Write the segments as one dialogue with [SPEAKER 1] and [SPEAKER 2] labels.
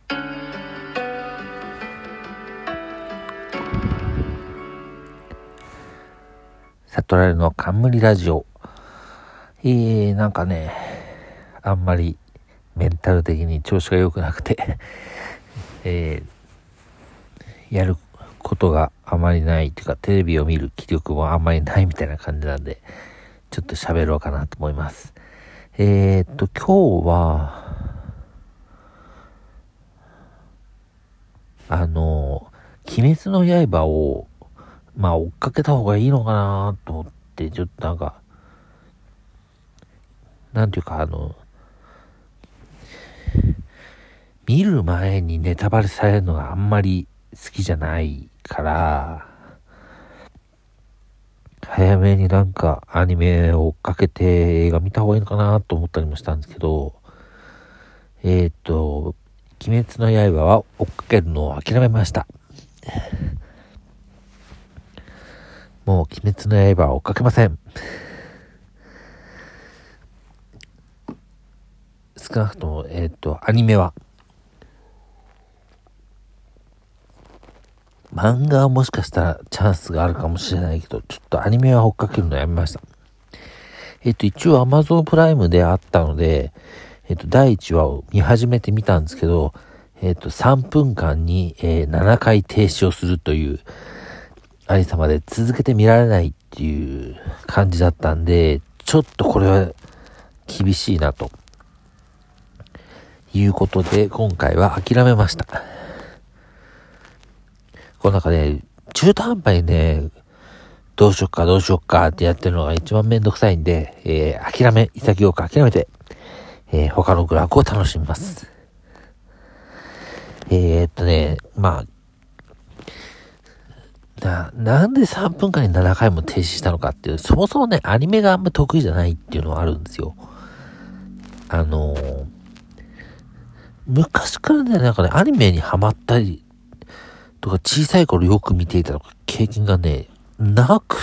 [SPEAKER 1] 悟られの冠ラジオ。なんかね、あんまりメンタル的に調子が良くなくて、やることがあまりないっていうか、テレビを見る気力もあんまりないみたいな感じなんで、ちょっと喋ろうかなと思います。今日は、鬼滅の刃を、追っかけた方がいいのかなと思って、ちょっとなんていうか見る前にネタバレされるのがあんまり好きじゃないから、早めにアニメを追っかけて映画見た方がいいのかなと思ったりもしたんですけど、鬼滅の刃は追っかけるのを諦めました。もう鬼滅の刃は追っかけません。少なくともアニメは、漫画はもしかしたらチャンスがあるかもしれないけど、ちょっとアニメは追っかけるのやめました。一応 Amazon プライムであったので、第1話を見始めてみたんですけど、3分間に、7回停止をするというありさまで続けて見られないっていう感じだったんで、ちょっとこれは厳しいなということで、今回は諦めました。この中で中途半端にね、どうしよっかってやってるのが一番めんどくさいんで、潔く諦めて、他の娯楽を楽しみます。なんで3分間に7回も停止したのかっていう、そもそもね、アニメがあんま得意じゃないっていうのはあるんですよ。昔からね、アニメにハマったりとか、小さい頃よく見ていたとか、経験がね、なくって、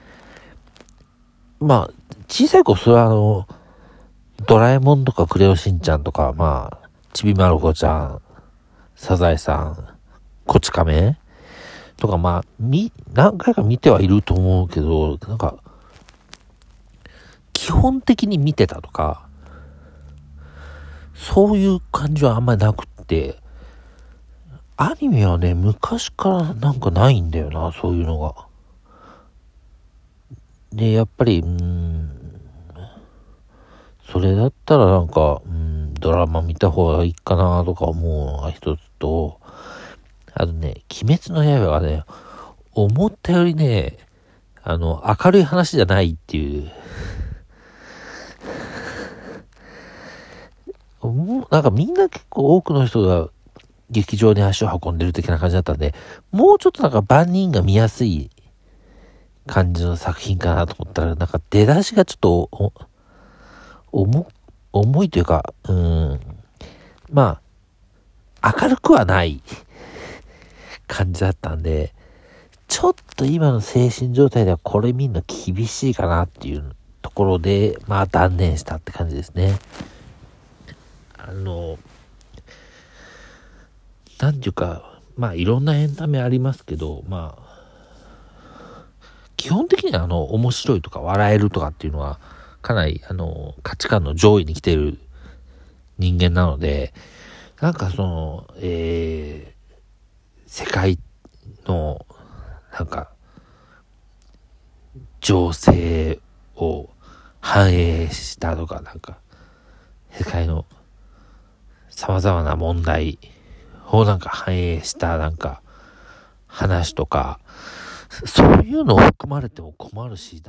[SPEAKER 1] 小さい頃それはドラえもんとかクレヨンしんちゃんとか、ちびまる子ちゃん、サザエさん、こち亀とか何回か見てはいると思うけど、基本的に見てたとか、そういう感じはあんまりなくって、アニメはね、昔からないんだよな、そういうのが。で、やっぱり、それだったらドラマ見た方がいいかなとか思うのが一つと、あとね、鬼滅の刃はね、思ったよりね、明るい話じゃないっていう、みんな結構多くの人が劇場に足を運んでる的な感じだったんで、もうちょっと万人が見やすい感じの作品かなと思ったら、出だしがちょっと重いというか、明るくはない感じだったんで、ちょっと今の精神状態ではこれ見るの厳しいかなっていうところで、断念したって感じですね。なんていうか、いろんなエンタメありますけど、基本的には面白いとか笑えるとかっていうのは、かなり価値観の上位に来ている人間なので、世界の情勢を反映したとか、世界の様々な問題を反映した話とか、そういうのを含まれても困るし、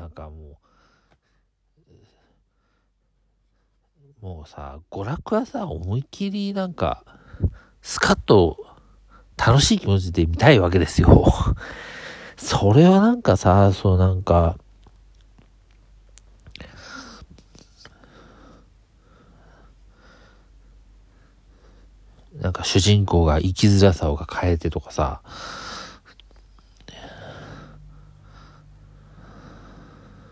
[SPEAKER 1] もうさ、娯楽はさ、思いっきりスカッと楽しい気持ちで見たいわけですよ。それは主人公が生きづらさを抱えてとかさ、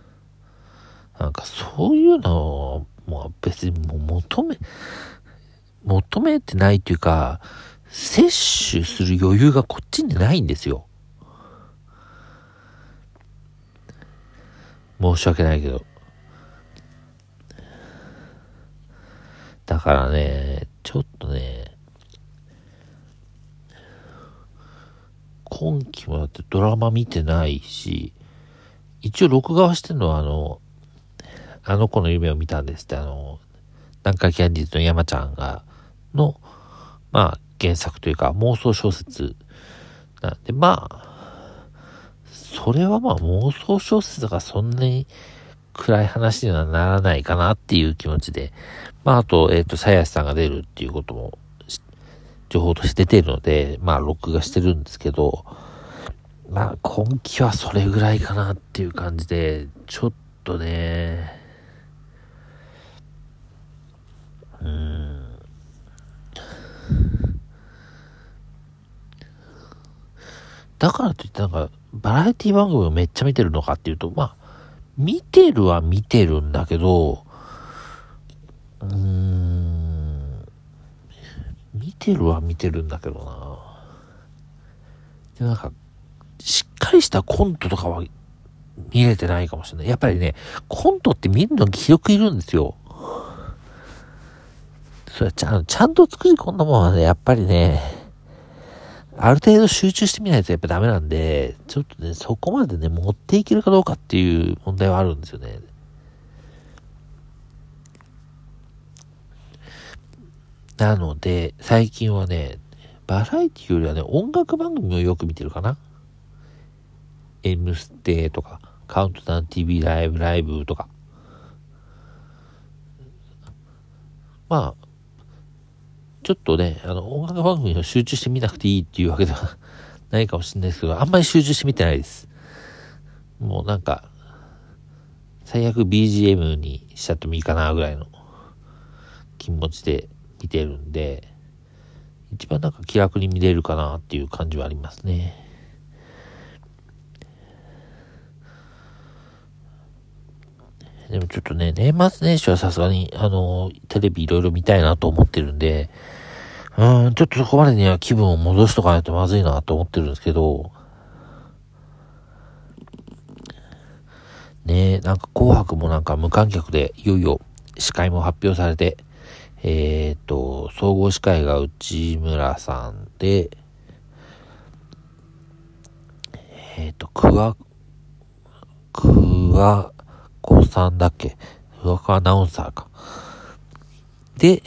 [SPEAKER 1] そういうのをもう別に求め求めてないというか、摂取する余裕がこっちにないんですよ。申し訳ないけど。だからね、ちょっとね、今期もだってドラマ見てないし、一応録画はしてるのはあの子の夢を見たんですって、南海キャンディーズの山ちゃんの、まあ原作というか妄想小説なんで、まあ、それはまあ妄想小説だからそんなに暗い話にはならないかなっていう気持ちで、まああと、鞘師さんが出るっていうことも、情報として出てるので、まあ録画してるんですけど、まあ今期はそれぐらいかなっていう感じで、ちょっとね、だからといってなんか、バラエティ番組をめっちゃ見てるのかっていうと、まあ、見てるは見てるんだけど、見てるは見てるんだけどな。で、なんか、しっかりしたコントとかは見れてないかもしれない。やっぱりね、コントって見るのに記録いるんですよ。それちゃんと作り込んだものはね、やっぱりね、ある程度集中してみないとやっぱダメなんで、ちょっとね、そこまでね、持っていけるかどうかっていう問題はあるんですよね。なので、最近はね、バラエティよりはね、音楽番組をよく見てるかな。M ステとか、カウントダウン TV ライブとか。まあ、ちょっとね、音楽番組を集中して見なくていいっていうわけではないかもしれないですけど、あんまり集中して見てないです。もうなんか、最悪 BGM にしちゃってもいいかなぐらいの気持ちで見てるんで、一番なんか気楽に見れるかなっていう感じはありますね。でもちょっとね、年末年始はさすがに、テレビいろいろ見たいなと思ってるんで、ちょっとそこまでには気分を戻しとかないとまずいなと思ってるんですけど、ね、なんか紅白もなんか無観客でいよいよ司会も発表されて、総合司会が内村さんで、桑子さんだっけ、桑子アナウンサーか。で、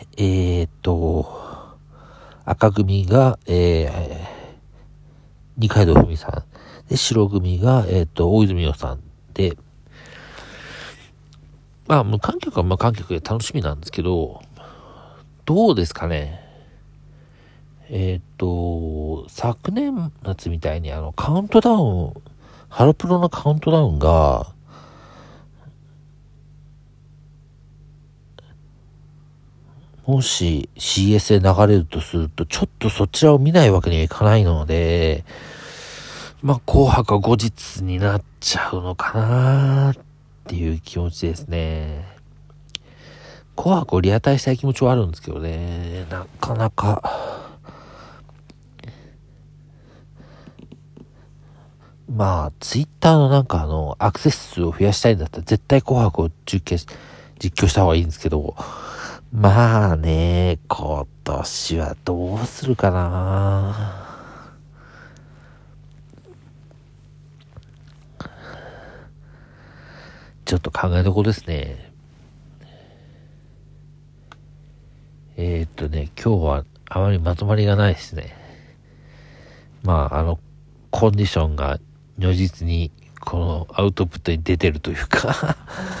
[SPEAKER 1] 赤組が、二階堂ふみさん。で、白組が、大泉洋さんで、まあ、無観客は無観客で楽しみなんですけど、どうですかね。昨年末みたいにカウントダウン、ハロプロのカウントダウンが、もし CS で流れるとすると、ちょっとそちらを見ないわけにはいかないので、まあ、紅白は後日になっちゃうのかなっていう気持ちですね。紅白をリアタイしたい気持ちはあるんですけどね、なかなか。まあ、ツイッターのなんかアクセス数を増やしたいんだったら絶対紅白を実況した方がいいんですけど、まあね、今年はどうするかな。ちょっと考えどころですね。今日はあまりまとまりがないですね。まあ、コンディションが如実にこのアウトプットに出てるというか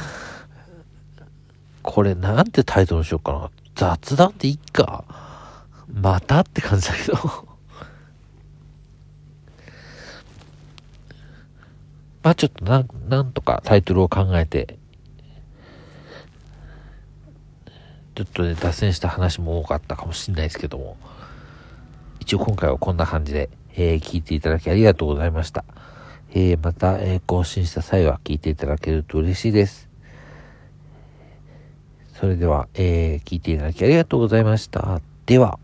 [SPEAKER 1] これなんてタイトルにしようかな。雑談でいっか。またって感じだけどまあちょっとなんとかタイトルを考えて、ちょっとね、脱線した話も多かったかもしれないですけども、一応今回はこんな感じで、聞いていただきありがとうございました。また、更新した際は聞いていただけると嬉しいです。そそれでは、聞いていただきありがとうございました。では。